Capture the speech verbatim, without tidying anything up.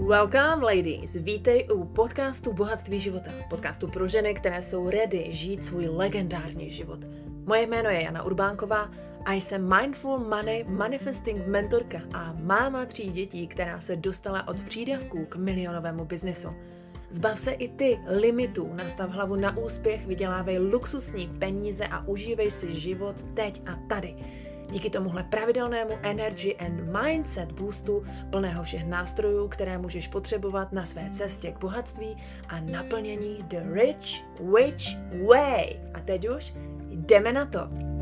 Welcome ladies, vítej u podcastu Bohatství života, podcastu pro ženy, které jsou ready žít svůj legendární život. Moje jméno je Jana Urbánková a jsem Mindful Money Manifesting mentorka a máma tří dětí, která se dostala od přídavků k milionovému biznesu. Zbav se i ty limitů, nastav hlavu na úspěch, vydělávej luxusní peníze a užívej si život teď a tady. Díky tomuhle pravidelnému energy and mindset boostu plného všech nástrojů, které můžeš potřebovat na své cestě k bohatství a naplnění the rich witch way. A teď už jdeme na to.